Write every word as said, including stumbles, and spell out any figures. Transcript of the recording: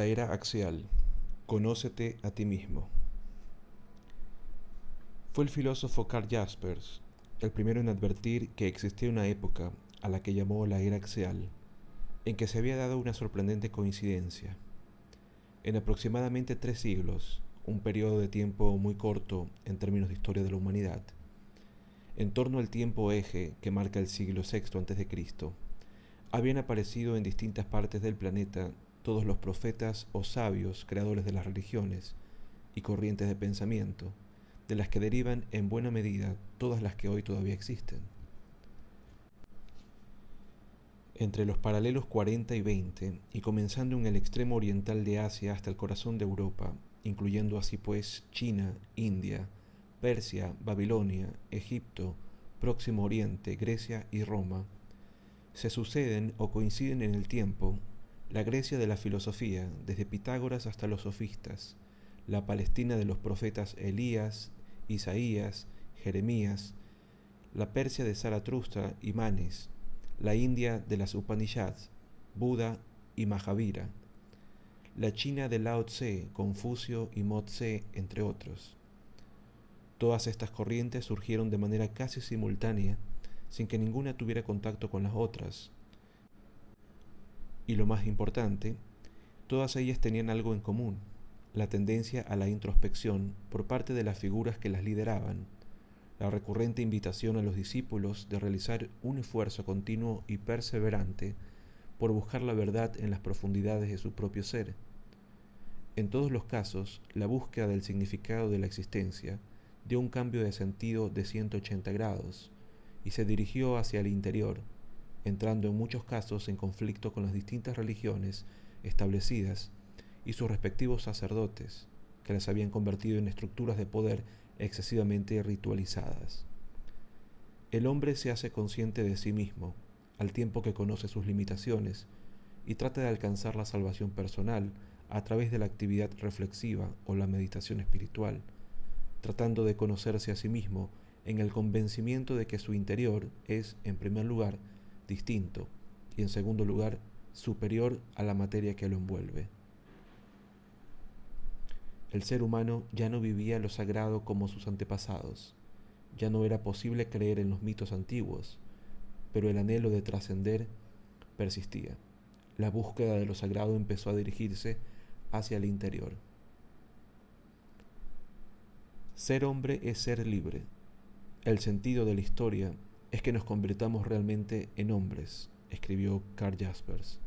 era axial. Conócete a ti mismo. Fue el filósofo Karl Jaspers el primero en advertir que existía una época a la que llamó la era axial, en que se había dado una sorprendente coincidencia. En aproximadamente tres siglos, un periodo de tiempo muy corto en términos de historia de la humanidad, en torno al tiempo eje que marca el siglo sexto antes de Cristo, habían aparecido en distintas partes del planeta todos los profetas o sabios creadores de las religiones y corrientes de pensamiento, de las que derivan en buena medida todas las que hoy todavía existen. Entre los paralelos cuarenta y veinte, y comenzando en el extremo oriental de Asia hasta el corazón de Europa, incluyendo así pues China, India, Persia, Babilonia, Egipto, Próximo Oriente, Grecia y Roma, se suceden o coinciden en el tiempo la Grecia de la filosofía, desde Pitágoras hasta los sofistas, la Palestina de los profetas Elías, Isaías, Jeremías, la Persia de Zaratustra y Manes, la India de las Upanishads, Buda y Mahavira, la China de Lao Tse, Confucio y Mo Tse, entre otros. Todas estas corrientes surgieron de manera casi simultánea, sin que ninguna tuviera contacto con las otras. Y lo más importante, todas ellas tenían algo en común: la tendencia a la introspección por parte de las figuras que las lideraban, la recurrente invitación a los discípulos de realizar un esfuerzo continuo y perseverante por buscar la verdad en las profundidades de su propio ser. En todos los casos, la búsqueda del significado de la existencia dio un cambio de sentido de ciento ochenta grados y se dirigió hacia el interior, entrando en muchos casos en conflicto con las distintas religiones establecidas y sus respectivos sacerdotes, que las habían convertido en estructuras de poder excesivamente ritualizadas. El hombre se hace consciente de sí mismo, al tiempo que conoce sus limitaciones, y trata de alcanzar la salvación personal a través de la actividad reflexiva o la meditación espiritual, tratando de conocerse a sí mismo en el convencimiento de que su interior es, en primer lugar, distinto y, en segundo lugar, superior a la materia que lo envuelve. El ser humano ya no vivía lo sagrado como sus antepasados. Ya no era posible creer en los mitos antiguos, pero el anhelo de trascender persistía. La búsqueda de lo sagrado empezó a dirigirse hacia el interior. Ser hombre es ser libre. El sentido de la historia es que nos convirtamos realmente en hombres, escribió Karl Jaspers.